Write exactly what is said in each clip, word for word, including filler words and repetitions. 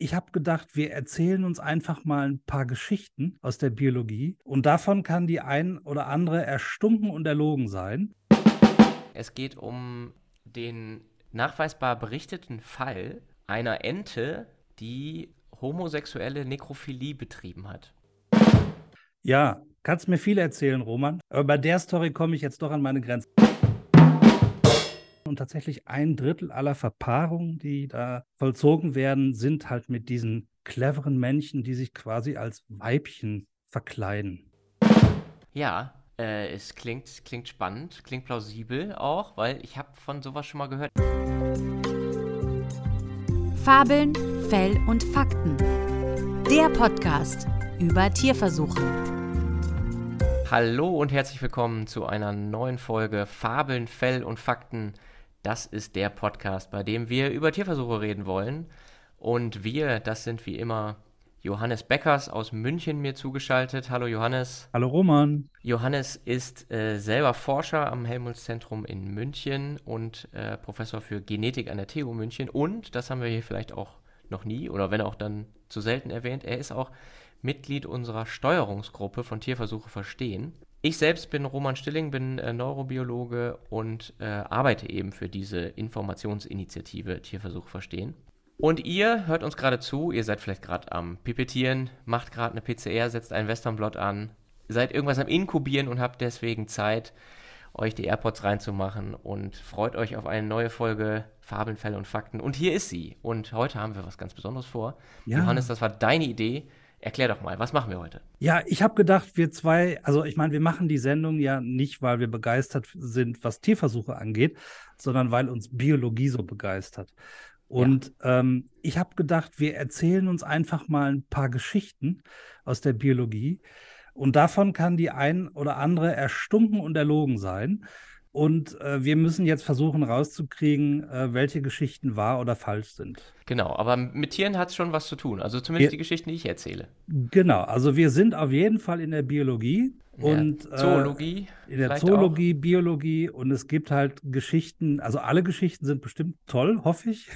ich habe gedacht, wir erzählen uns einfach mal ein paar Geschichten aus der Biologie und davon kann die ein oder andere erstunken und erlogen sein. Es geht um den nachweisbar berichteten Fall einer Ente, die homosexuelle Nekrophilie betrieben hat. Ja, kannst mir viel erzählen, Roman, aber bei der Story komme ich jetzt doch an meine Grenzen. Und tatsächlich ein Drittel aller Verpaarungen, die da vollzogen werden, sind halt mit diesen cleveren Männchen, die sich quasi als Weibchen verkleiden. Ja, äh, es klingt, klingt spannend, klingt plausibel auch, weil ich habe von sowas schon mal gehört. Fabeln, Fell und Fakten. Der Podcast über Tierversuche. Hallo und herzlich willkommen zu einer neuen Folge Fabeln, Fell und Fakten. Das ist der Podcast, bei dem wir über Tierversuche reden wollen. Und wir, das sind wie immer Johannes Beckers aus München mir zugeschaltet. Hallo Johannes. Hallo Roman. Johannes ist äh, selber Forscher am Helmholtz-Zentrum in München und äh, Professor für Genetik an der T U München. Und, das haben wir hier vielleicht auch noch nie oder wenn auch dann zu selten erwähnt, er ist auch Mitglied unserer Steuerungsgruppe von Tierversuche verstehen. Ich selbst bin Roman Stilling, bin äh, Neurobiologe und äh, arbeite eben für diese Informationsinitiative Tierversuche verstehen. Und ihr hört uns gerade zu, ihr seid vielleicht gerade am Pipettieren, macht gerade eine P C R, setzt einen Westernblot an, seid irgendwas am Inkubieren und habt deswegen Zeit, euch die AirPods reinzumachen und freut euch auf eine neue Folge Fabeln, Fälle und Fakten. Und hier ist sie. Und heute haben wir was ganz Besonderes vor. Ja. Johannes, das war deine Idee. Erklär doch mal, was machen wir heute? Ja, ich habe gedacht, wir zwei, also ich meine, wir machen die Sendung ja nicht, weil wir begeistert sind, was Tierversuche angeht, sondern weil uns Biologie so begeistert. Und ja. ähm, ich habe gedacht, wir erzählen uns einfach mal ein paar Geschichten aus der Biologie und davon kann die ein oder andere erstunken und erlogen sein. Und äh, wir müssen jetzt versuchen rauszukriegen, äh, welche Geschichten wahr oder falsch sind. Genau, aber mit Tieren hat es schon was zu tun. Also zumindest wir, die Geschichten, die ich erzähle. Genau, also wir sind auf jeden Fall in der Biologie. In und der Zoologie. Äh, in der Zoologie, auch. Biologie und es gibt halt Geschichten, also alle Geschichten sind bestimmt toll, hoffe ich.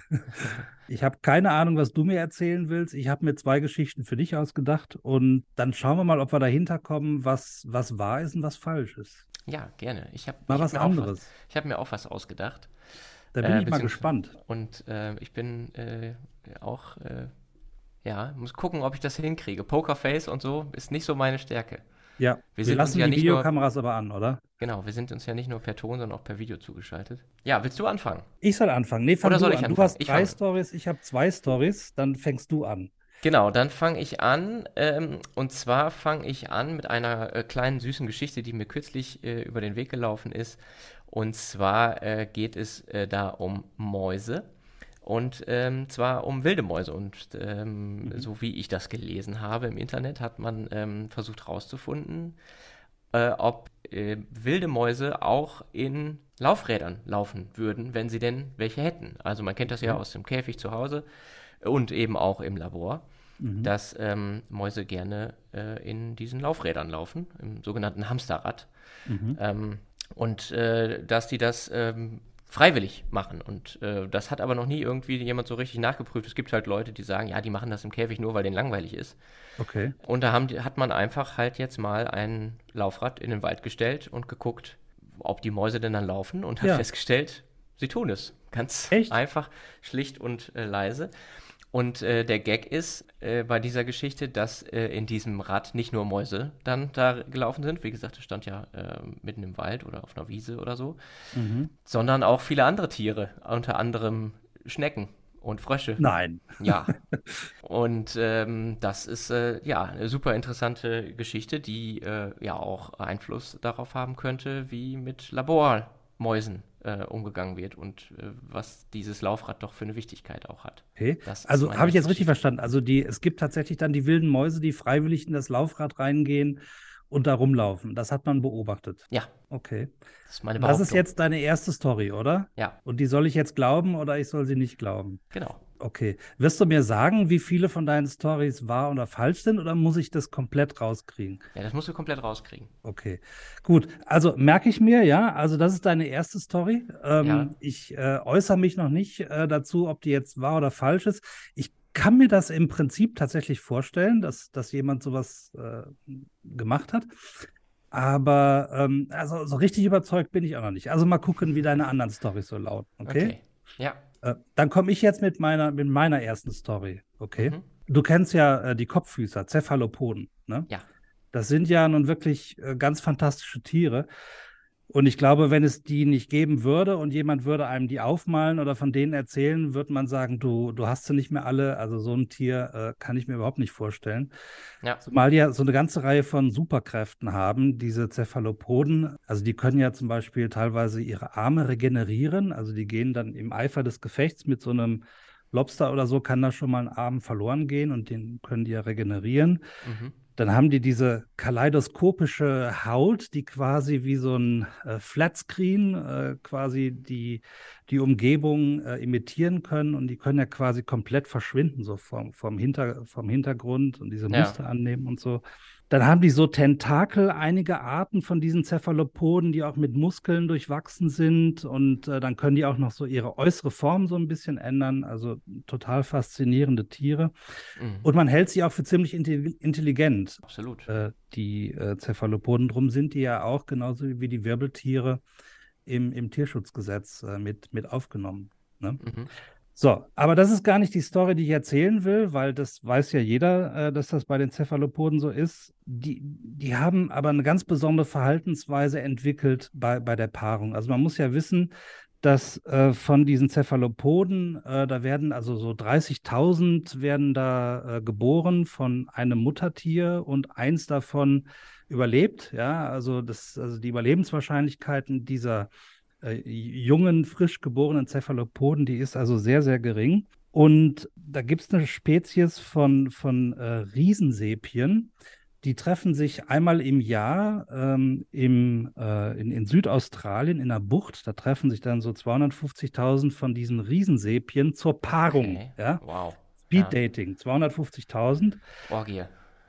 Ich habe keine Ahnung, was du mir erzählen willst. Ich habe mir zwei Geschichten für dich ausgedacht und dann schauen wir mal, ob wir dahinter kommen, was, was wahr ist und was falsch ist. Ja, gerne. Ich habe was hab anderes. Was, ich habe mir auch was ausgedacht. Da bin äh, ich mal gespannt. Und äh, ich bin äh, auch, äh, ja, muss gucken, ob ich das hinkriege. Pokerface und so ist nicht so meine Stärke. Ja, wir, wir sind lassen uns ja die nicht Videokameras nur, aber an, oder? Genau, wir sind uns ja nicht nur per Ton, sondern auch per Video zugeschaltet. Ja, willst du anfangen? Ich soll anfangen. Nee, fang Oder du soll an. ich anfangen? Du hast ich drei Storys, ich habe zwei Storys, dann fängst du an. Genau, dann fange ich an. Ähm, und zwar fange ich an mit einer äh, kleinen süßen Geschichte, die mir kürzlich äh, über den Weg gelaufen ist. Und zwar äh, geht es äh, da um Mäuse. Und ähm, zwar um wilde Mäuse. Und ähm, mhm. so wie ich das gelesen habe im Internet, hat man ähm, versucht herauszufinden, äh, ob äh, wilde Mäuse auch in Laufrädern laufen würden, wenn sie denn welche hätten. Also man kennt das ja mhm. aus dem Käfig zu Hause und eben auch im Labor, mhm. dass ähm, Mäuse gerne äh, in diesen Laufrädern laufen, im sogenannten Hamsterrad. Mhm. Ähm, und äh, dass die das ähm, freiwillig machen. Und äh, das hat aber noch nie irgendwie jemand so richtig nachgeprüft. Es gibt halt Leute, die sagen, ja, die machen das im Käfig nur, weil denen langweilig ist. Okay. Und da haben, hat man einfach halt jetzt mal ein Laufrad in den Wald gestellt und geguckt, ob die Mäuse denn dann laufen und hat ja. festgestellt, sie tun es. Ganz Echt? einfach, schlicht und äh, leise. Und äh, der Gag ist äh, bei dieser Geschichte, dass äh, in diesem Rad nicht nur Mäuse dann da gelaufen sind, wie gesagt, es stand ja äh, mitten im Wald oder auf einer Wiese oder so, mhm. sondern auch viele andere Tiere, unter anderem Schnecken und Frösche. Nein. Ja. Und ähm, das ist äh, ja eine super interessante Geschichte, die äh, ja auch Einfluss darauf haben könnte, wie mit Labormäusen äh, umgegangen wird und äh, was dieses Laufrad doch für eine Wichtigkeit auch hat. Okay. Also habe ich jetzt richtig verstanden. Also die, es gibt tatsächlich dann die wilden Mäuse, die freiwillig in das Laufrad reingehen und da rumlaufen. Das hat man beobachtet. Ja. Okay. Das ist meine Behauptung. Das ist jetzt deine erste Story, oder? Ja. Und die soll ich jetzt glauben oder ich soll sie nicht glauben? Genau. Okay. Wirst du mir sagen, wie viele von deinen Stories wahr oder falsch sind oder muss ich das komplett rauskriegen? Ja, das musst du komplett rauskriegen. Okay. Gut. Also merke ich mir, ja, also das ist deine erste Story. Ähm, ja. Ich äh, äußere mich noch nicht äh, dazu, ob die jetzt wahr oder falsch ist. Ich kann mir das im Prinzip tatsächlich vorstellen, dass, dass jemand sowas äh, gemacht hat. Aber ähm, also, so richtig überzeugt bin ich auch noch nicht. Also mal gucken, wie deine anderen Storys so lauten, okay? Okay, ja. Äh, dann komme ich jetzt mit meiner, mit meiner ersten Story, okay? Mhm. Du kennst ja äh, die Kopffüßer, Cephalopoden, ne? Ja. Das sind ja nun wirklich äh, ganz fantastische Tiere. Und ich glaube, wenn es die nicht geben würde und jemand würde einem die aufmalen oder von denen erzählen, würde man sagen, du, du hast sie nicht mehr alle. Also so ein Tier äh, kann ich mir überhaupt nicht vorstellen. Ja. Zumal die ja so eine ganze Reihe von Superkräften haben, diese Cephalopoden. Also die können ja zum Beispiel teilweise ihre Arme regenerieren. Also die gehen dann im Eifer des Gefechts mit so einem Lobster oder so, kann da schon mal ein Arm verloren gehen und den können die ja regenerieren. Mhm. Dann haben die diese kaleidoskopische Haut, die quasi wie so ein äh, Flatscreen äh, quasi die, die Umgebung äh, imitieren können und die können ja quasi komplett verschwinden, so vom, vom, Hinter, vom Hintergrund und diese Ja. Muster annehmen und so. Dann haben die so Tentakel, einige Arten von diesen Cephalopoden, die auch mit Muskeln durchwachsen sind und äh, dann können die auch noch so ihre äußere Form so ein bisschen ändern, also total faszinierende Tiere. Mhm. Und man hält sie auch für ziemlich intelligent. Absolut. Äh, die äh, Cephalopoden, drum sind die ja auch genauso wie die Wirbeltiere im, im Tierschutzgesetz äh, mit, mit aufgenommen. Ne? Mhm. So, aber das ist gar nicht die Story, die ich erzählen will, weil das weiß ja jeder, äh, dass das bei den Cephalopoden so ist. Die, die haben aber eine ganz besondere Verhaltensweise entwickelt bei, bei der Paarung. Also man muss ja wissen, dass äh, von diesen Cephalopoden, äh, da werden also so dreißigtausend werden da äh, geboren von einem Muttertier und eins davon überlebt. Ja, also, das, also die Überlebenswahrscheinlichkeiten dieser äh, jungen, frisch geborenen Cephalopoden, die ist also sehr, sehr gering. Und da gibt es eine Spezies von, von äh, Riesensepien, die treffen sich einmal im Jahr ähm, im, äh, in, in Südaustralien in einer Bucht. Da treffen sich dann so zweihundertfünfzigtausend von diesen Riesensepien zur Paarung. Okay. Ja? Wow. Speed Dating, zweihundertfünfzigtausend. Orgie.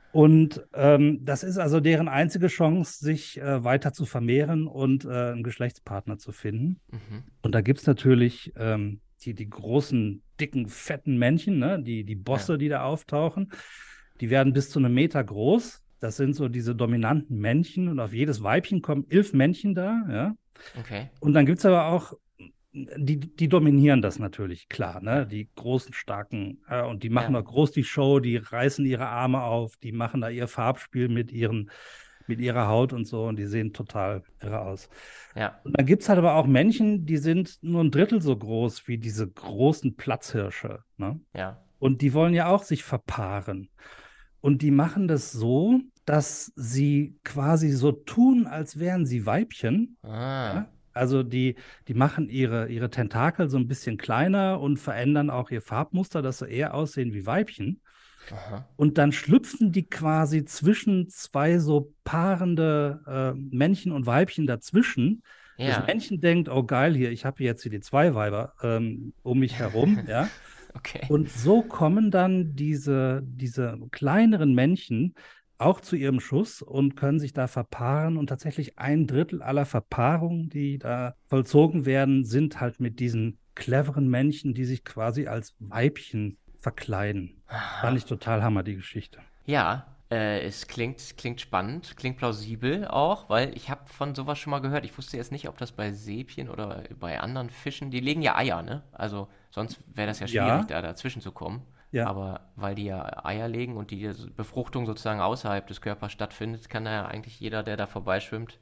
Und ähm, das ist also deren einzige Chance, sich äh, weiter zu vermehren und äh, einen Geschlechtspartner zu finden. Mhm. Und da gibt es natürlich ähm, die, die großen, dicken, fetten Männchen, ne? die, die Bosse, Ja. die da auftauchen. Die werden bis zu einem Meter groß. Das sind so diese dominanten Männchen. Und auf jedes Weibchen kommen elf Männchen da. Ja? Okay. Und dann gibt es aber auch, die, die dominieren das natürlich, klar. Ne? Die großen, starken. Äh, und die machen Ja. auch groß die Show. Die reißen ihre Arme auf. Die machen da ihr Farbspiel mit, ihren, mit ihrer Haut und so. Und die sehen total irre aus. Ja. Und dann gibt es halt aber auch Männchen, die sind nur ein Drittel so groß wie diese großen Platzhirsche. Ne? Ja. Und die wollen ja auch sich verpaaren. Und die machen das so, dass sie quasi so tun, als wären sie Weibchen. Ah. Ja? Also die, die machen ihre, ihre Tentakel so ein bisschen kleiner und verändern auch ihr Farbmuster, dass sie eher aussehen wie Weibchen. Aha. Und dann schlüpfen die quasi zwischen zwei so paarende äh, Männchen und Weibchen dazwischen. Das Ja. Männchen denkt, oh geil, hier, ich habe jetzt hier die zwei Weiber ähm, um mich herum, ja. Okay. Und so kommen dann diese, diese kleineren Männchen auch zu ihrem Schuss und können sich da verpaaren. Und tatsächlich ein Drittel aller Verpaarungen, die da vollzogen werden, sind halt mit diesen cleveren Männchen, die sich quasi als Weibchen verkleiden. Fand ich total hammer, die Geschichte. Ja, äh, es klingt, klingt spannend, klingt plausibel auch, weil ich habe von sowas schon mal gehört. Ich wusste jetzt nicht, ob das bei Säbchen oder bei anderen Fischen, die legen ja Eier, ne? Also sonst wäre das ja schwierig, Ja. da dazwischen zu kommen. Ja. Aber weil die ja Eier legen und die Befruchtung sozusagen außerhalb des Körpers stattfindet, kann da ja eigentlich jeder, der da vorbeischwimmt,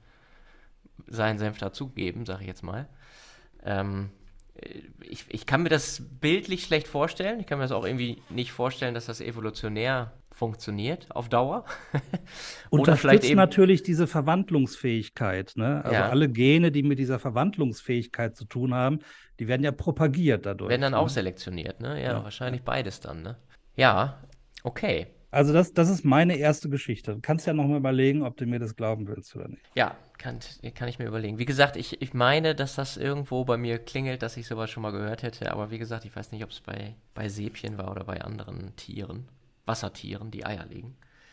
seinen Senf dazugeben, sage ich jetzt mal. Ähm, ich, ich kann mir das bildlich schlecht vorstellen. Ich kann mir das auch irgendwie nicht vorstellen, dass das evolutionär funktioniert auf Dauer. Oder vielleicht Unterstützt eben natürlich diese Verwandlungsfähigkeit. Ne? Also Ja. alle Gene, die mit dieser Verwandlungsfähigkeit zu tun haben, die werden ja propagiert dadurch. werden dann ne? auch selektioniert, ne? Ja, Ja, wahrscheinlich beides dann, ne? Ja, okay. Also das, das ist meine erste Geschichte. Du kannst ja noch mal überlegen, ob du mir das glauben willst oder nicht. Ja, kann, kann ich mir überlegen. Wie gesagt, ich, ich meine, dass das irgendwo bei mir klingelt, dass ich sowas schon mal gehört hätte. Aber wie gesagt, ich weiß nicht, ob es bei, bei Säbchen war oder bei anderen Tieren, Wassertieren, die Eier legen.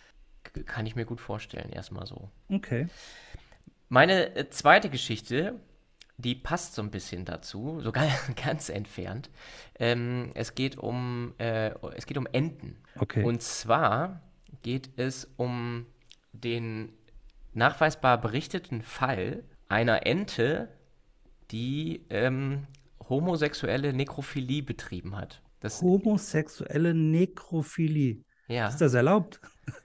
K- Kann ich mir gut vorstellen, erstmal so. Okay. Meine äh, zweite Geschichte die passt so ein bisschen dazu, sogar ganz entfernt. Ähm, es geht um, äh, es geht um Enten. Okay. Und zwar geht es um den nachweisbar berichteten Fall einer Ente, die ähm, homosexuelle Nekrophilie betrieben hat. Das, Homosexuelle Nekrophilie. ja, Ist das erlaubt?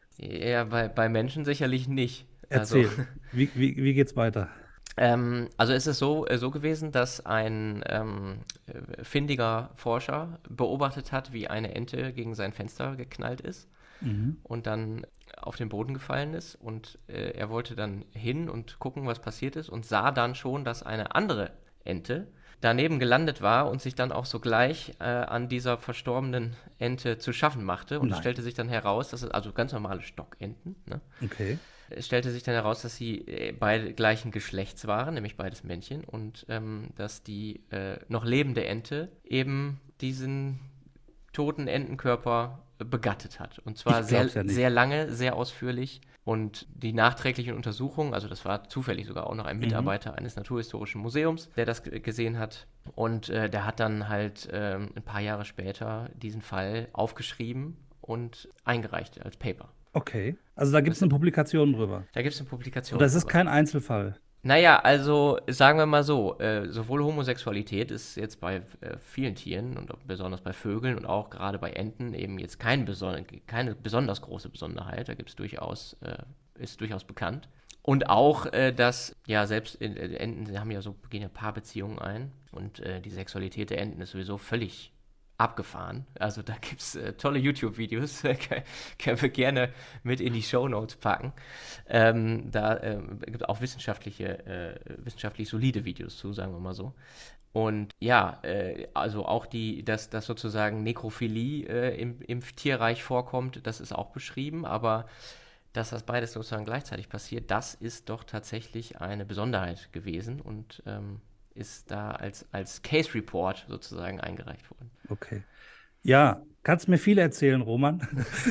ja bei, bei Menschen sicherlich nicht. Erzähl. Also, Wie, wie, wie geht's weiter? ähm, also es ist so, äh, so gewesen, dass ein ähm, äh, findiger Forscher beobachtet hat, wie eine Ente gegen sein Fenster geknallt ist Mhm. und dann auf den Boden gefallen ist. Und äh, er wollte dann hin und gucken, was passiert ist, und sah dann schon, dass eine andere Ente daneben gelandet war und sich dann auch sogleich äh, an dieser verstorbenen Ente zu schaffen machte. Und es Nein. stellte sich dann heraus, dass es also ganz normale Stockenten, ne? Okay. Es stellte sich dann heraus, dass sie äh, beide gleichen Geschlechts waren, nämlich beides Männchen, und ähm, dass die äh, noch lebende Ente eben diesen toten Entenkörper äh, begattet hat. Und zwar Ich sehr, glaub's ja nicht. sehr lange, sehr ausführlich. Und die nachträglichen Untersuchungen, also das war zufällig sogar auch noch ein Mitarbeiter eines Naturhistorischen Museums, der das g- gesehen hat. Und äh, der hat dann halt ähm, ein paar Jahre später diesen Fall aufgeschrieben und eingereicht als Paper. Okay. Also da gibt es eine Publikation drüber. Da gibt es eine Publikation. Und das ist drüber. kein Einzelfall. Naja, also sagen wir mal so, äh, sowohl Homosexualität ist jetzt bei äh, vielen Tieren und auch besonders bei Vögeln und auch gerade bei Enten eben jetzt kein beson- keine besonders große Besonderheit. Da gibt es durchaus, äh, ist durchaus bekannt. Und auch, äh, dass, ja, selbst äh, Enten haben ja so, gehen ja Paarbeziehungen ein, und äh, die Sexualität der Enten ist sowieso völlig abgefahren. Also da gibt es äh, tolle YouTube-Videos, können wir gerne mit in die Shownotes packen. Ähm, da äh, gibt es auch wissenschaftliche, äh, wissenschaftlich solide Videos zu, sagen wir mal so. Und ja, äh, also auch die, dass, dass sozusagen Nekrophilie äh, im, im Tierreich vorkommt, das ist auch beschrieben, aber dass das beides sozusagen gleichzeitig passiert, das ist doch tatsächlich eine Besonderheit gewesen und ähm, ist da als, als Case Report sozusagen eingereicht worden. Okay. Ja, kannst mir viel erzählen, Roman.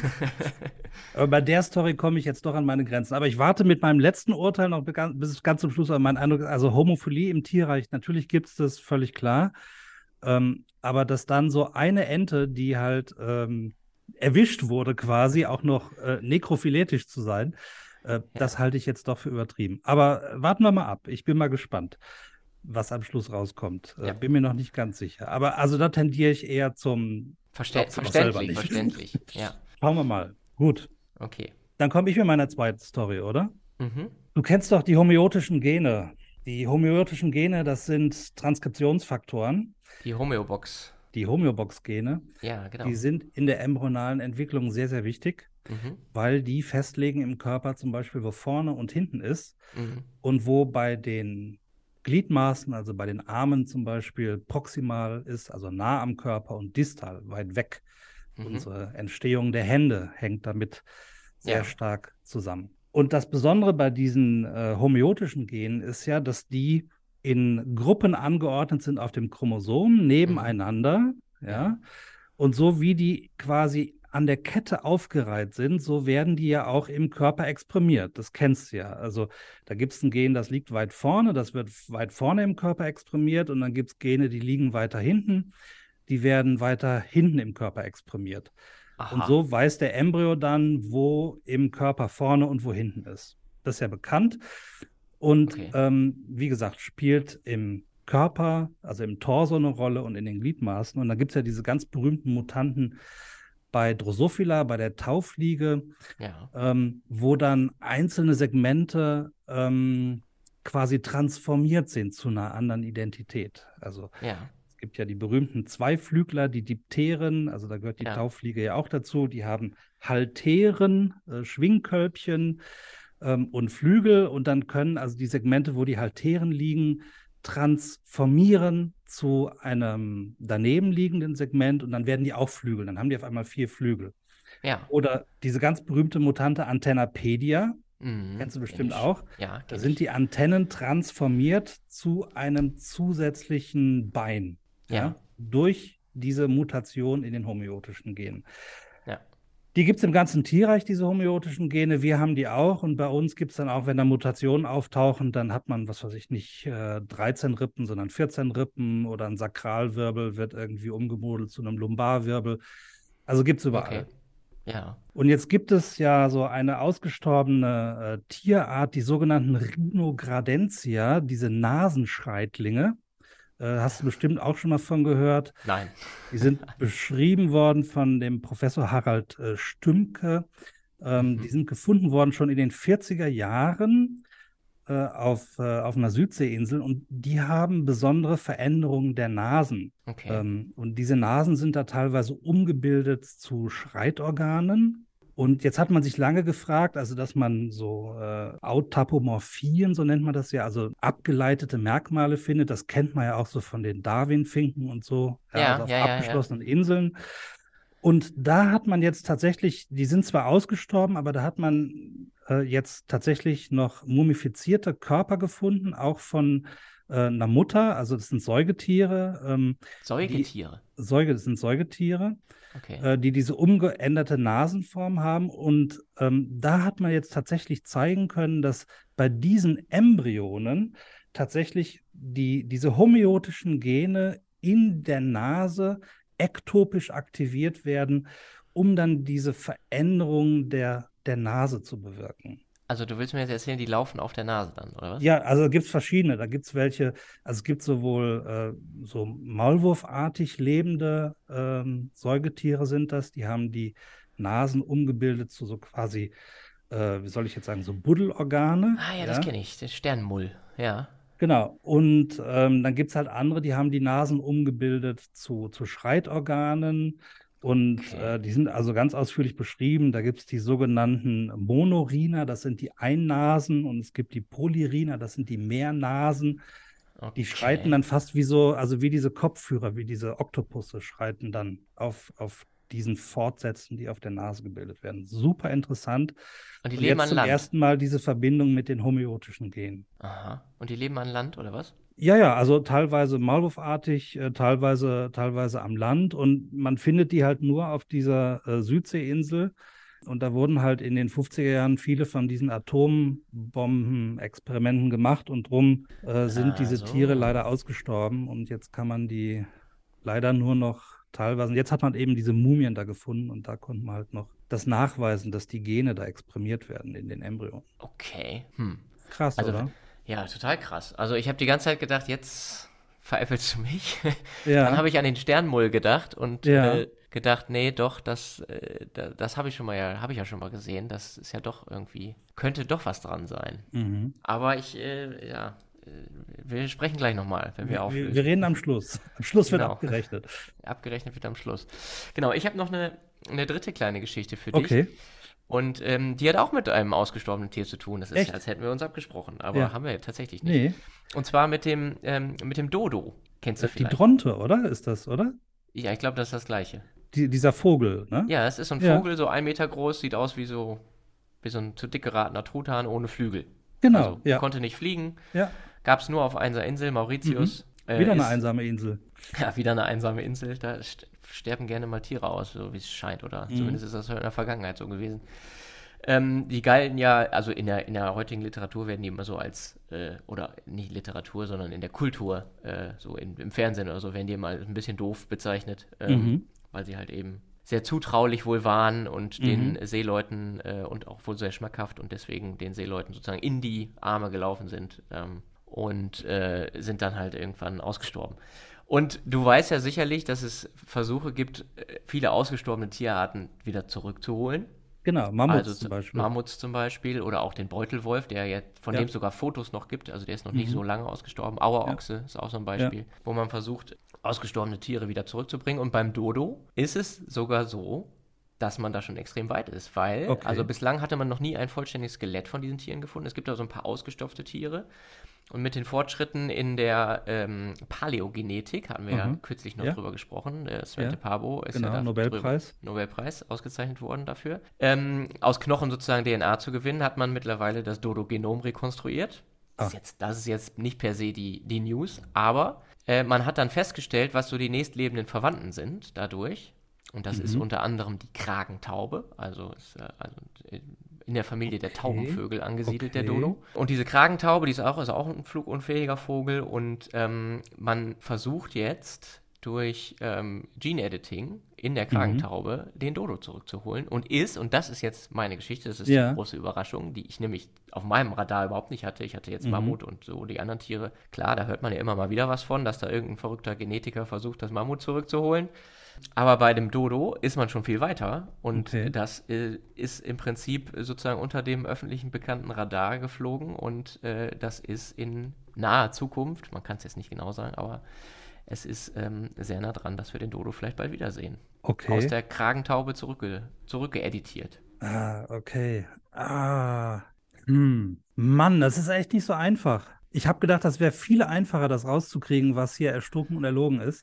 Aber bei der Story komme ich jetzt doch an meine Grenzen. Aber ich warte mit meinem letzten Urteil noch began- bis ganz zum Schluss. Aber mein Eindruck, also Homophilie im Tierreich, natürlich gibt es das, völlig klar. Ähm, aber dass dann so eine Ente, die halt ähm, erwischt wurde, quasi auch noch äh, nekrophiletisch zu sein, äh, das halte ich jetzt doch für übertrieben. Aber äh, warten wir mal ab. Ich bin mal gespannt, was am Schluss rauskommt. Äh, Ja. Bin mir noch nicht ganz sicher. Aber also da tendiere ich eher zum Verste Glaubst du doch selber verständlich, nicht. verständlich. Ja, Schauen wir mal. Gut, okay. dann komme ich mit meiner zweiten Story, oder? Mhm. Du kennst doch die homöotischen Gene. Die homöotischen Gene, das sind Transkriptionsfaktoren, Die Homeobox. die Homeobox-Gene. Ja, genau. Die sind in der embryonalen Entwicklung sehr, sehr wichtig, Mhm. weil die festlegen im Körper zum Beispiel, wo vorne und hinten ist Mhm. und wo bei den Gliedmaßen, also bei den Armen zum Beispiel, proximal ist, also nah am Körper, und distal, weit weg. Mhm. Unsere Entstehung der Hände hängt damit sehr Ja. stark zusammen. Und das Besondere bei diesen äh, homöotischen Genen ist ja, dass die in Gruppen angeordnet sind auf dem Chromosom, nebeneinander, ja. Ja. Und so wie die quasi an der Kette aufgereiht sind, so werden die ja auch im Körper exprimiert. Das kennst du ja. Also da gibt es ein Gen, das liegt weit vorne, das wird weit vorne im Körper exprimiert, und dann gibt es Gene, die liegen weiter hinten, die werden weiter hinten im Körper exprimiert. Aha. Und so weiß der Embryo dann, wo im Körper vorne und wo hinten ist. Das ist ja bekannt. Und Okay. ähm, wie gesagt, spielt im Körper, also im Torso, eine Rolle und in den Gliedmaßen. Und da gibt es ja diese ganz berühmten Mutanten bei Drosophila, bei der Taufliege, Ja. ähm, wo dann einzelne Segmente ähm, quasi transformiert sind zu einer anderen Identität. Also Ja. es gibt ja die berühmten Zweiflügler, die Dipteren, also da gehört die Ja. Taufliege ja auch dazu. Die haben Halteren, äh, Schwingkölbchen ähm, und Flügel, und dann können also die Segmente, wo die Halteren liegen, transformieren zu einem daneben liegenden Segment, und dann werden die auch Flügel. Dann haben die auf einmal vier Flügel. Ja. Oder diese ganz berühmte Mutante Antennapedia, Mhm. kennst du Kenn bestimmt ich. auch. Ja, Da kenn sind ich. die Antennen transformiert zu einem zusätzlichen Bein, ja, Ja. durch diese Mutation in den homöotischen Genen. Ja. Die gibt es im ganzen Tierreich, diese homöotischen Gene. Wir haben die auch. Und bei uns gibt es dann auch, wenn da Mutationen auftauchen, dann hat man, was weiß ich nicht, äh, dreizehn Rippen, sondern vierzehn Rippen oder ein Sakralwirbel wird irgendwie umgemodelt zu einem Lumbarwirbel. Also gibt es überall. Okay. Ja. Und jetzt gibt es ja so eine ausgestorbene äh, Tierart, die sogenannten Rhinogradentia, diese Nasenschreitlinge. Äh, hast du bestimmt auch schon mal von gehört. Nein. Die sind beschrieben worden von dem Professor Harald äh, Stümke. Ähm, Mhm. Die sind gefunden worden schon in den vierziger Jahren äh, auf, äh, auf einer Südseeinsel und die haben besondere Veränderungen der Nasen. Okay. Ähm, und diese Nasen sind da teilweise umgebildet zu Schreitorganen. Und jetzt hat man sich lange gefragt, also dass man so äh, Autapomorphien, so nennt man das ja, also abgeleitete Merkmale findet. Das kennt man ja auch so von den Darwin-Finken und so, ja, Ja, also auf ja, ja, ja. abgeschlossenen Inseln. Und da hat man jetzt tatsächlich, die sind zwar ausgestorben, aber da hat man äh, jetzt tatsächlich noch mumifizierte Körper gefunden, auch von äh, einer Mutter, also das sind Säugetiere. Ähm, Säugetiere. Die, Säuge, das sind Säugetiere, Okay. äh, die diese umgeänderte Nasenform haben. Und ähm, da hat man jetzt tatsächlich zeigen können, dass bei diesen Embryonen tatsächlich die, diese homöotischen Gene in der Nase ektopisch aktiviert werden, um dann diese Veränderung der, der Nase zu bewirken. Also du willst mir jetzt erzählen, die laufen auf der Nase dann, oder was? Ja, also gibt es verschiedene. Da gibt es welche, also es gibt sowohl äh, so maulwurfartig lebende ähm, Säugetiere sind das, die haben die Nasen umgebildet zu so quasi, äh, wie soll ich jetzt sagen, so Buddelorgane. Ah ja, ja? das kenne ich, den Sternmull, ja. Genau. Und ähm, dann gibt es halt andere, die haben die Nasen umgebildet zu, zu Schreitorganen. Und Okay. äh, die sind also ganz ausführlich beschrieben. Da gibt es die sogenannten Monoriner, das sind die Einnasen. Und es gibt die Polyriner, das sind die Mehrnasen. Die schreiten Okay. dann fast wie so, also wie diese Kopfführer, wie diese Oktopusse schreiten dann auf, auf diesen Fortsätzen, die auf der Nase gebildet werden. Super interessant. Und die Und leben jetzt an zum Land. ersten Mal diese Verbindung mit den homöotischen Genen. Aha. Und die leben an Land, oder was? Ja, ja, also teilweise maulwurfartig, äh, teilweise, teilweise am Land. Und man findet die halt nur auf dieser äh, Südseeinsel. Und da wurden halt in den fünfziger Jahren viele von diesen Atombomben-Experimenten gemacht. Und drum äh, sind Ah, diese so. Tiere leider ausgestorben. Und jetzt kann man die leider nur noch teilweise. Und jetzt hat man eben diese Mumien da gefunden. Und da konnte man halt noch das nachweisen, dass die Gene da exprimiert werden in den Embryonen. Okay. Hm. Krass, Also, oder? ja, total krass. Also ich habe die ganze Zeit gedacht, jetzt veräppelst du mich. Ja. Dann habe ich an den Sternmull gedacht und Ja. äh, gedacht, nee, doch, das, äh, da, das habe ich schon mal ja, habe ich ja schon mal gesehen. Das ist ja doch irgendwie, könnte doch was dran sein. Mhm. Aber ich, äh, ja, äh, wir sprechen gleich nochmal, wenn wir, Wir, auflösen. wir reden am Schluss. Am Schluss wird Genau. abgerechnet. Abgerechnet wird am Schluss. Genau, ich habe noch eine, eine dritte kleine Geschichte für Okay. dich. Und ähm, die hat auch mit einem ausgestorbenen Tier zu tun. Das ist, Echt? als hätten wir uns abgesprochen. Aber Ja. haben wir tatsächlich nicht. Nee, Und zwar mit dem, ähm, mit dem Dodo. Kennst du die vielleicht? Dronte, oder? Ist das, oder? Ja, ich glaube, das ist das Gleiche. Die, dieser Vogel, ne? Ja, es ist so ein Ja. Vogel, so ein Meter groß, sieht aus wie so, wie so ein zu dick geratener Truthahn ohne Flügel. Genau, Also, ja. konnte nicht fliegen. Ja. Gab es nur auf einer Insel, Mauritius. Äh, Wieder eine ist- einsame Insel. Ja, wieder eine einsame Insel. Da st- sterben gerne mal Tiere aus, so wie es scheint. Oder Mhm. zumindest ist das in der Vergangenheit so gewesen. Ähm, die galten ja, also in der, in der heutigen Literatur werden die immer so als, äh, oder nicht Literatur, sondern in der Kultur, äh, so in, im Fernsehen oder so, werden die immer ein bisschen doof bezeichnet, ähm, Mhm. weil sie halt eben sehr zutraulich wohl waren und den Mhm. Seeleuten äh, und auch wohl sehr schmackhaft und deswegen den Seeleuten sozusagen in die Arme gelaufen sind ähm, und äh, sind dann halt irgendwann ausgestorben. Und du weißt ja sicherlich, dass es Versuche gibt, äh, viele ausgestorbene Tierarten wieder zurückzuholen. Genau, Mammuts Also zum zum Beispiel. Mammuts zum Beispiel oder auch den Beutelwolf, der ja, von Ja. dem es sogar Fotos noch gibt, also der ist noch nicht Mhm. so lange ausgestorben. Auerochse ist auch so ein Beispiel, wo man versucht, ausgestorbene Tiere wieder zurückzubringen. Und beim Dodo ist es sogar so, dass man da schon extrem weit ist, weil, Okay. also bislang hatte man noch nie ein vollständiges Skelett von diesen Tieren gefunden. Es gibt also ein paar ausgestopfte Tiere. Und mit den Fortschritten in der ähm, Paläogenetik, hatten wir ja Mhm. kürzlich noch Ja. drüber gesprochen, der Svante Ja. Pabo ist Genau, ja da Nobelpreis. Drüber, Nobelpreis ausgezeichnet worden dafür. Ähm, aus Knochen sozusagen D N A zu gewinnen, hat man mittlerweile das Dodo-Genom rekonstruiert. Das, Ah. ist jetzt, das ist jetzt nicht per se die, die News, aber äh, man hat dann festgestellt, was so die nächstlebenden Verwandten sind dadurch. Und das Mhm. ist unter anderem die Kragentaube, also, ist, äh, also in der Familie der Taubenvögel angesiedelt, Okay. der Dodo. Und diese Kragentaube, die ist auch, ist auch ein flugunfähiger Vogel und ähm, man versucht jetzt durch ähm, Gene-Editing in der Kragentaube den Dodo zurückzuholen und ist, und das ist jetzt meine Geschichte, das ist Ja. die große Überraschung, die ich nämlich auf meinem Radar überhaupt nicht hatte. Ich hatte jetzt Mhm. Mammut und so die anderen Tiere. Klar, da hört man ja immer mal wieder was von, dass da irgendein verrückter Genetiker versucht, das Mammut zurückzuholen. Aber bei dem Dodo ist man schon viel weiter und Okay. das äh, ist im Prinzip sozusagen unter dem öffentlichen bekannten Radar geflogen und äh, das ist in naher Zukunft, man kann es jetzt nicht genau sagen, aber es ist ähm, sehr nah dran, dass wir den Dodo vielleicht bald wiedersehen. Okay. Aus der Kragentaube zurückge zurückgeeditiert. Ah, okay. Ah. Hm. Mann, das ist echt nicht so einfach. Ich habe gedacht, das wäre viel einfacher, das rauszukriegen, was hier erstunken und erlogen ist.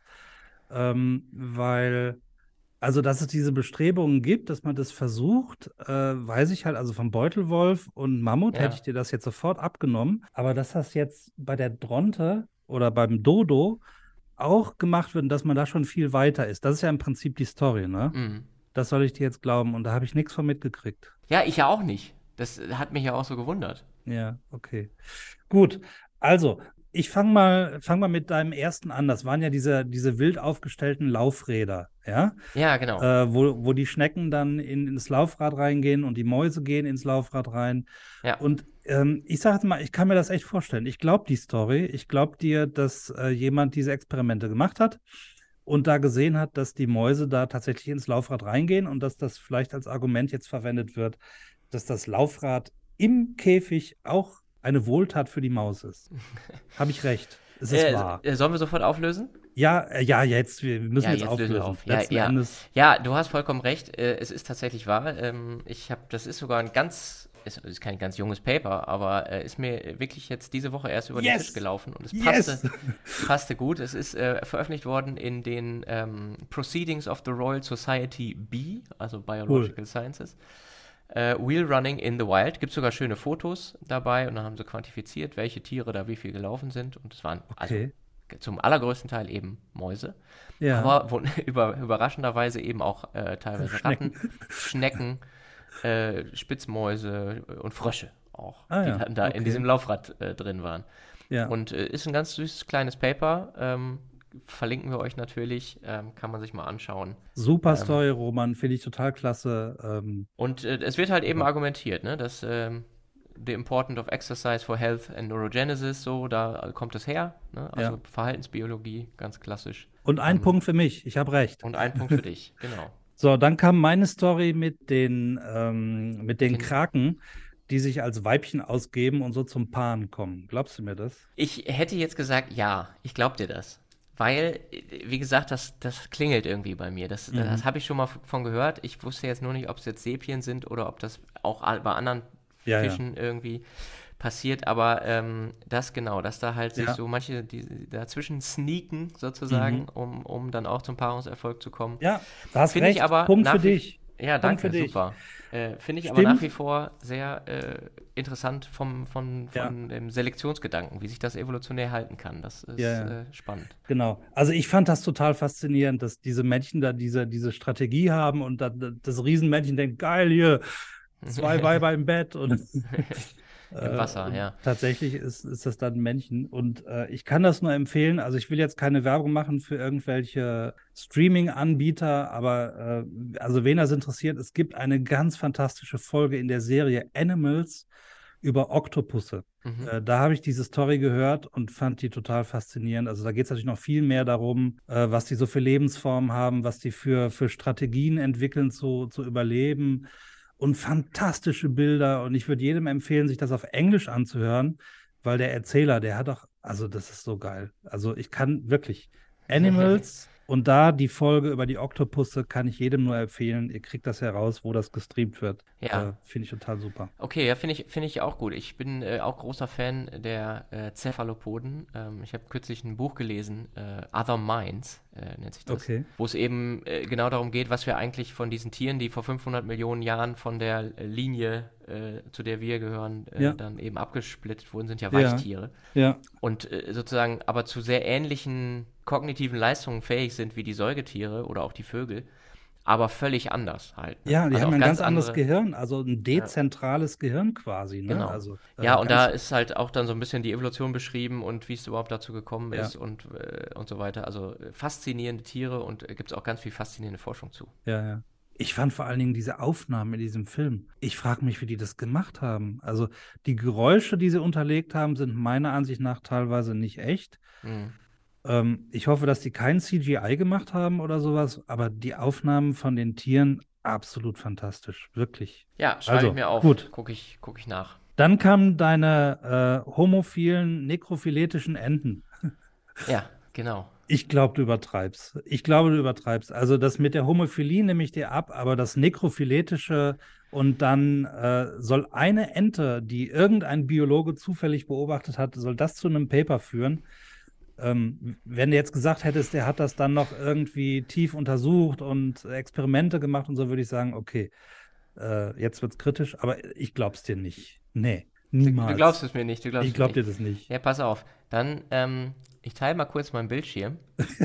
Ähm, weil, also, dass es diese Bestrebungen gibt, dass man das versucht, äh, weiß ich halt, also vom Beutelwolf und Mammut Ja. hätte ich dir das jetzt sofort abgenommen. Aber dass das jetzt bei der Dronte oder beim Dodo auch gemacht wird und dass man da schon viel weiter ist, das ist ja im Prinzip die Story, ne? Mhm. Das soll ich dir jetzt glauben und da habe ich nichts von mitgekriegt. Ja, ich ja auch nicht. Das hat mich ja auch so gewundert. Ja, okay. Gut, also ich fange mal, fang mal mit deinem ersten an. Das waren ja diese, diese wild aufgestellten Laufräder, ja? Ja, genau. Äh, wo, wo die Schnecken dann in, ins Laufrad reingehen und die Mäuse gehen ins Laufrad rein. Ja. Und ähm, ich sage jetzt mal, ich kann mir das echt vorstellen. Ich glaube die Story. Ich glaube dir, dass äh, jemand diese Experimente gemacht hat und da gesehen hat, dass die Mäuse da tatsächlich ins Laufrad reingehen und dass das vielleicht als Argument jetzt verwendet wird, dass das Laufrad im Käfig auch eine Wohltat für die Maus ist. Habe ich recht? Es ist Äh, wahr. äh, sollen wir sofort auflösen? Ja, äh, ja, jetzt, wir müssen Ja, jetzt, jetzt auflösen. lösen wir auf. Ja, Letzten ja. Endes, Ja, du hast vollkommen recht. Äh, es ist tatsächlich wahr. Ähm, ich habe, das ist sogar ein ganz, ist, ist kein ganz junges Paper, aber äh, ist mir wirklich jetzt diese Woche erst über den Yes! Tisch gelaufen und es Yes! passte, passte gut. Es ist äh, veröffentlicht worden in den ähm, Proceedings of the Royal Society B, also Biological Cool. Sciences. Äh, Wheel Running in the Wild. Gibt sogar schöne Fotos dabei und dann haben sie quantifiziert, welche Tiere da wie viel gelaufen sind und es waren also okay. zum allergrößten Teil eben Mäuse. Ja. Aber wo, über, überraschenderweise eben auch äh, teilweise Schnecken. Ratten, Schnecken, äh, Spitzmäuse und Frösche auch, Ah, die ja. dann da Okay. in diesem Laufrad äh, drin waren. Ja. Und äh, ist ein ganz süßes kleines Paper. Ähm, verlinken wir euch natürlich, ähm, kann man sich mal anschauen. Super ähm, Story, Roman, finde ich total klasse. Ähm, Und äh, es wird halt eben Ja. argumentiert, ne, dass ähm, the importance of exercise for health and neurogenesis, so, da kommt es her. Ne? Also Ja. Verhaltensbiologie, ganz klassisch. und ein Ähm, Punkt für mich, ich habe recht. Und ein Punkt für dich, genau. So, dann kam meine Story mit den, ähm, mit den Den- Kraken, die sich als Weibchen ausgeben und so zum Paaren kommen. Glaubst du mir das? Ich hätte jetzt gesagt, ja, ich glaub dir das. Weil, äh, wie gesagt, das, das klingelt irgendwie bei mir. Das, Mhm. das habe ich schon mal f- von gehört. Ich wusste jetzt nur nicht, ob es jetzt Sepien sind oder ob das auch a- bei anderen Ja, ja. Fischen irgendwie passiert. Aber ähm, das genau, dass da halt sich Ja. so manche die dazwischen sneaken sozusagen, Mhm. um, um dann auch zum Paarungserfolg zu kommen. Ja, da hast Finde ich recht. aber Punkt nach für wie- dich. Ja, Punkt danke, für dich. super. Äh, Finde ich aber Stimmt. nach wie vor sehr äh, interessant vom, von, von dem Selektionsgedanken, wie sich das evolutionär halten kann. Das ist Ja, ja. Äh, spannend. Genau. Also ich fand das total faszinierend, dass diese Männchen da diese, diese Strategie haben und dann das Riesenmännchen denkt, geil hier, zwei Weiber im Bett und Im Wasser, und ja. Tatsächlich ist, ist das dann ein Männchen. Und äh, ich kann das nur empfehlen. Also ich will jetzt keine Werbung machen für irgendwelche Streaming-Anbieter, aber äh, also wen das interessiert, es gibt eine ganz fantastische Folge in der Serie Animals über Oktopusse. Mhm. Äh, da habe ich diese Story gehört und fand die total faszinierend. Also da geht es natürlich noch viel mehr darum, äh, was die so für Lebensformen haben, was die für, für Strategien entwickeln zu, zu überleben. Und fantastische Bilder. Und ich würde jedem empfehlen, sich das auf Englisch anzuhören, weil der Erzähler, der hat auch, also das ist so geil. Also ich kann wirklich Animals und da die Folge über die Oktopusse kann ich jedem nur empfehlen. Ihr kriegt das heraus, wo das gestreamt wird. Ja. Äh, Finde ich total super. Okay, ja, finde ich, finde ich auch gut. Ich bin äh, auch großer Fan der äh, Cephalopoden. Ähm, ich habe kürzlich ein Buch gelesen, äh, Other Minds äh, nennt sich das, Okay. wo es eben äh, genau darum geht, was wir eigentlich von diesen Tieren, die vor fünfhundert Millionen Jahren von der äh, Linie, äh, zu der wir gehören, äh, Ja. dann eben abgesplittet wurden, sind ja Ja. Weichtiere. Ja, Und äh, sozusagen aber zu sehr ähnlichen kognitiven Leistungen fähig sind wie die Säugetiere oder auch die Vögel, aber völlig anders halt. Ne? Ja, die Also haben auch ein ganz ganz anderes andere, Gehirn, also ein dezentrales Gehirn quasi, ne? genau. Also äh, Ja, und da ganz, ist halt auch dann so ein bisschen die Evolution beschrieben und wie es überhaupt dazu gekommen ja, ist und, äh, und so weiter. Also äh, faszinierende Tiere und äh, gibt es auch ganz viel faszinierende Forschung zu. ja, ja. Ich fand vor allen Dingen diese Aufnahmen in diesem Film. Ich frage mich, wie die das gemacht haben. Also die Geräusche, die sie unterlegt haben, sind meiner Ansicht nach teilweise nicht echt. Mhm. Ähm, ich hoffe, dass die kein C G I gemacht haben oder sowas, aber die Aufnahmen von den Tieren absolut fantastisch, wirklich. Ja, schreibe ich Also, mir auf. gut. Gucke ich, guck ich nach. Dann kamen deine äh, homophilen, nekrophiletischen Enten. Ja, genau. Ich glaube, du übertreibst. Ich glaube, du übertreibst. Also das mit der Homophilie nehme ich dir ab, aber das Nekrophiletische und dann äh, soll eine Ente, die irgendein Biologe zufällig beobachtet hat, soll das zu einem Paper führen. Ähm, wenn du jetzt gesagt hättest, der hat das dann noch irgendwie tief untersucht und Experimente gemacht und so, würde ich sagen, okay, äh, jetzt wird's kritisch, aber ich glaub's dir nicht. Nee, Du, du glaubst niemals. es mir nicht, du glaubst Ich es mir glaub dir nicht. das nicht. Ja, pass auf. Dann, ähm, ich teile mal kurz meinen Bildschirm.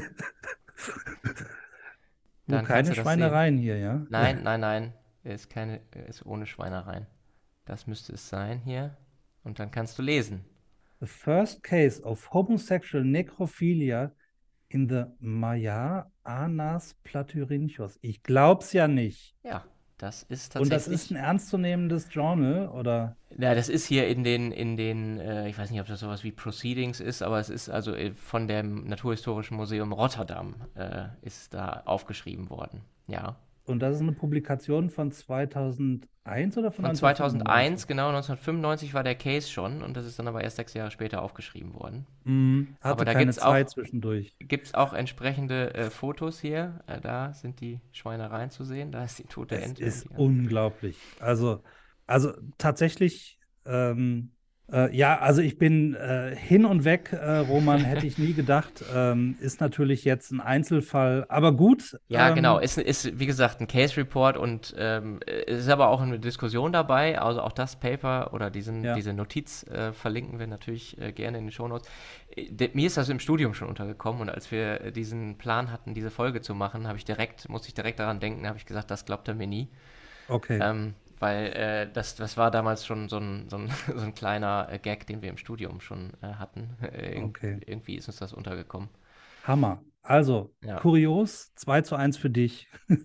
Nur Dann kannst keine du das sehen. Schweinereien hier, ja? Nein, nein, nein. Ist keine, ist ohne Schweinereien. Das müsste es sein hier. Und dann kannst du lesen. The first case of homosexual necrophilia in the Maya Anas Platyrhynchos. Ich glaub's ja nicht. Ja, das ist Und das ist tatsächlich. ein ernstzunehmendes Journal, oder? Ja, das ist hier in den, in den, äh, ich weiß nicht, ob das sowas wie Proceedings ist, aber es ist also äh, von dem Naturhistorischen Museum Rotterdam äh, ist da aufgeschrieben worden. Ja. Und das ist eine Publikation von zweitausendeins oder von Von zweitausendeins, neunzehnhundertfünfundneunzig? genau, neunzehnhundertfünfundneunzig war der Case schon und das ist dann aber erst sechs Jahre später aufgeschrieben worden. Mhm. Aber Hatte da keine gibt's auch, Zeit zwischendurch. gibt's auch entsprechende äh, Fotos hier. Äh, da sind die Schweinereien zu sehen, da ist die tote Es Ente. ist Und die, unglaublich. Also, also tatsächlich, ähm, äh, ja, also ich bin äh, hin und weg, äh, Roman, hätte ich nie gedacht. Ähm, ist natürlich jetzt ein Einzelfall, aber gut. Ja, ähm, genau. Ist, ist, wie gesagt, ein Case Report und ähm, es ist aber auch eine Diskussion dabei. Also auch das Paper oder diesen, Ja. diese Notiz äh, verlinken wir natürlich äh, gerne in den Shownotes. Äh, de- mir ist das im Studium schon untergekommen und als wir äh, diesen Plan hatten, diese Folge zu machen, habe ich direkt, musste ich direkt daran denken, habe ich gesagt, das glaubt er mir nie. Okay. Ähm, weil äh, das, das war damals schon so ein, so ein, so ein kleiner äh, Gag, den wir im Studium schon äh, hatten. Äh, irg- Okay. Irgendwie ist uns das untergekommen. Hammer. Also, Ja. kurios, zwei zu eins für dich.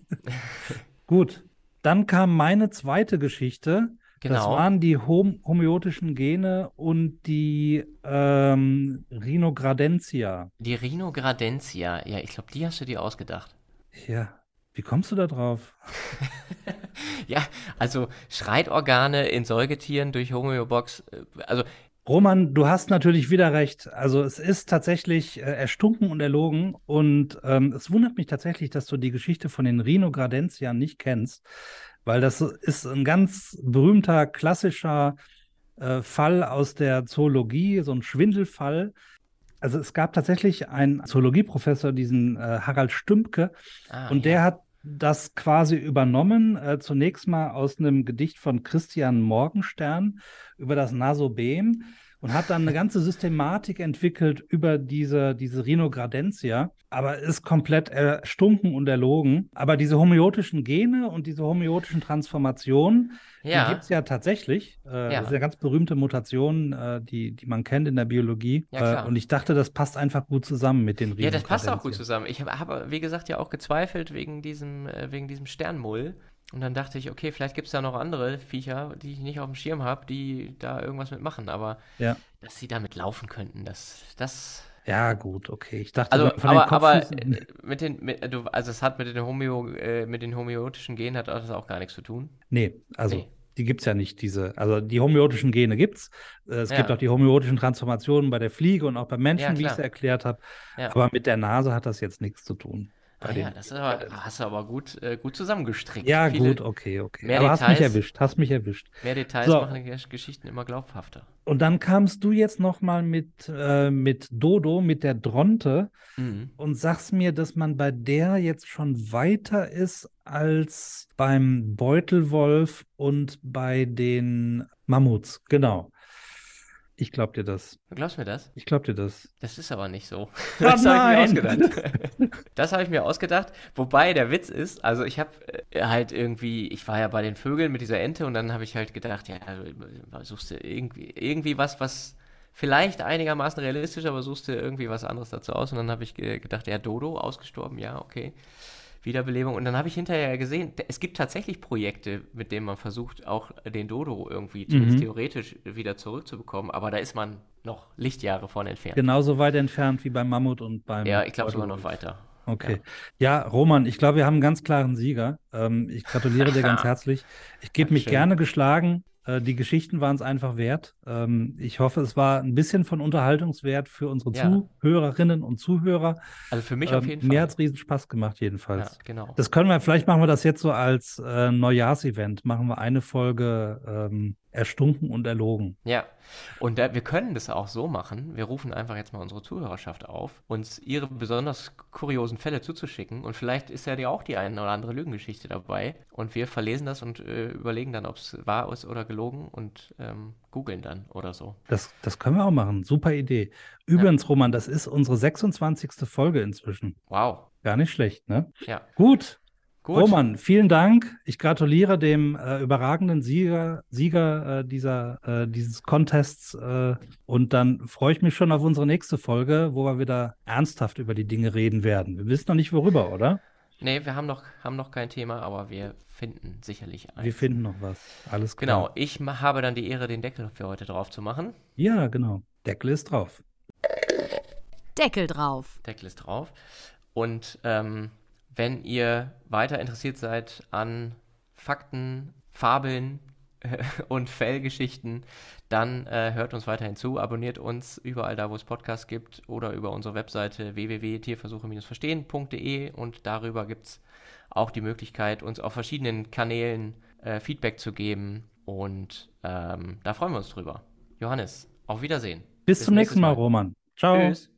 Gut. Dann kam meine zweite Geschichte. Das Genau. waren die hom homöotischen Gene und die ähm, Rhinogradentia. Die Rhinogradentia, ja, ich glaube, die hast du dir ausgedacht. Ja, wie kommst du da drauf? Ja, also Schreitorgane in Säugetieren durch Homeobox, äh, also Roman, du hast natürlich wieder recht. Also es ist tatsächlich äh, erstunken und erlogen. Und ähm, es wundert mich tatsächlich, dass du die Geschichte von den Rhinogradentia nicht kennst, weil das ist ein ganz berühmter, klassischer äh, Fall aus der Zoologie, so ein Schwindelfall. Also es gab tatsächlich einen Zoologieprofessor, diesen äh, Harald Stümpke, ah, und der ja. hat das quasi übernommen, äh, zunächst mal aus einem Gedicht von Christian Morgenstern über das Nasobem und hat dann eine ganze Systematik entwickelt über diese, diese Rhinogradentia, aber ist komplett erstunken und erlogen. Aber diese homöotischen Gene und diese homöotischen Transformationen, die Ja, gibt es ja tatsächlich. Äh, Das ja, ist ja ganz berühmte Mutation, äh, die, die man kennt in der Biologie. ja, Äh, klar. und ich dachte, das passt einfach gut zusammen mit den Ja, das passt auch gut Rhinogradentia. zusammen. Ich habe, hab, wie gesagt, ja auch gezweifelt wegen diesem, äh, wegen diesem Sternmull. Und dann dachte ich, okay, vielleicht gibt es da noch andere Viecher, die ich nicht auf dem Schirm habe, die da irgendwas mitmachen. Aber Ja. dass sie damit laufen könnten, das, das. Ja, gut, okay. Ich dachte, Also, von den aber, aber Kopffüßen. äh, mit den, mit, äh, du, also es hat mit den Homeo, äh, mit den homöotischen Genen hat das auch gar nichts zu tun. Nee, also Nee. die gibt es ja nicht, diese. Also die homöotischen Gene gibt's. Äh, Es gibt Ja, auch die homöotischen Transformationen bei der Fliege und auch beim ja, Menschen, wie ich es klar. erklärt habe. Ja. Aber mit der Nase hat das jetzt nichts zu tun. Bei Ah ja, den das ist aber, hast du aber gut, äh, gut zusammengestrickt. Ja, Viele, gut, okay, okay. mehr Aber hast mich Details, erwischt, hast mich erwischt. mehr Details So, machen die Gesch- Geschichten immer glaubhafter. und dann kamst du jetzt noch mal mit, äh, mit Dodo, mit der Dronte Mhm. und sagst mir, dass man bei der jetzt schon weiter ist als beim Beutelwolf und bei den Mammuts. Genau. Ich glaub dir das. Du glaubst mir das? Ich glaub dir das. Das ist aber nicht so. Oh, Das habe nein. ich mir ausgedacht. Das habe ich mir ausgedacht. Wobei der Witz ist, also ich habe äh, halt irgendwie, ich war ja bei den Vögeln mit dieser Ente und dann habe ich halt gedacht, ja, also, suchst du irgendwie, irgendwie was, was vielleicht einigermaßen realistisch, aber suchst du irgendwie was anderes dazu aus. Und dann habe ich ge- gedacht, ja, Dodo, ausgestorben, ja, okay. Wiederbelebung. Und dann habe ich hinterher gesehen, es gibt tatsächlich Projekte, mit denen man versucht, auch den Dodo irgendwie zumindest Mhm. theoretisch wieder zurückzubekommen. Aber da ist man noch Lichtjahre von entfernt. Genauso weit entfernt wie beim Mammut und beim Ja, ich glaube sogar Beutelwolf. noch weiter. Okay. Ja, Roman, ich glaube, wir haben einen ganz klaren Sieger. Ähm, ich gratuliere dir ganz herzlich. Ich gebe mich Dankeschön. gerne geschlagen. Äh, die Geschichten waren es einfach wert. Ähm, ich hoffe, es war ein bisschen von Unterhaltungswert für unsere Ja. Zuhörerinnen und Zuhörer. Also für mich auf Ähm, jeden Mir Fall. hat es riesen Spaß gemacht, jedenfalls. Ja, genau. Das können wir, vielleicht machen wir das jetzt so als äh, Neujahrsevent. Machen wir eine Folge ähm, erstunken und erlogen. Ja, und da, wir können das auch so machen. Wir rufen einfach jetzt mal unsere Zuhörerschaft auf, uns ihre besonders kuriosen Fälle zuzuschicken. Und vielleicht ist ja auch die eine oder andere Lügengeschichte dabei. Und wir verlesen das und äh, überlegen dann, ob es wahr ist oder gelogen und ähm, googeln dann oder so. Das, das können wir auch machen. Super Idee. Übrigens, Roman, das ist unsere sechsundzwanzigste Folge inzwischen. Wow. Gar nicht schlecht, ne? Ja. Gut. Gut. Roman, vielen Dank. Ich gratuliere dem äh, überragenden Sieger, Sieger äh, dieser, äh, dieses Contests. Äh, und dann freue ich mich schon auf unsere nächste Folge, wo wir wieder ernsthaft über die Dinge reden werden. Wir wissen noch nicht, worüber, oder? Nee, wir haben noch, haben noch kein Thema, aber wir finden sicherlich eins. Wir finden noch was. Alles klar. Genau, ich ma- habe dann die Ehre, den Deckel für heute drauf zu machen. Ja, genau. Deckel ist drauf. Deckel drauf. Deckel ist drauf. Und ähm, wenn ihr weiter interessiert seid an Fakten, Fabeln äh, und Fellgeschichten, dann äh, hört uns weiterhin zu, abonniert uns überall da, wo es Podcasts gibt oder über unsere Webseite w w w punkt tierversuche verstehen punkt d e und darüber gibt es auch die Möglichkeit, uns auf verschiedenen Kanälen äh, Feedback zu geben und ähm, da freuen wir uns drüber. Johannes, auf Wiedersehen. Bis, zum nächstes nächsten Mal, Roman. Ciao. Tschüss.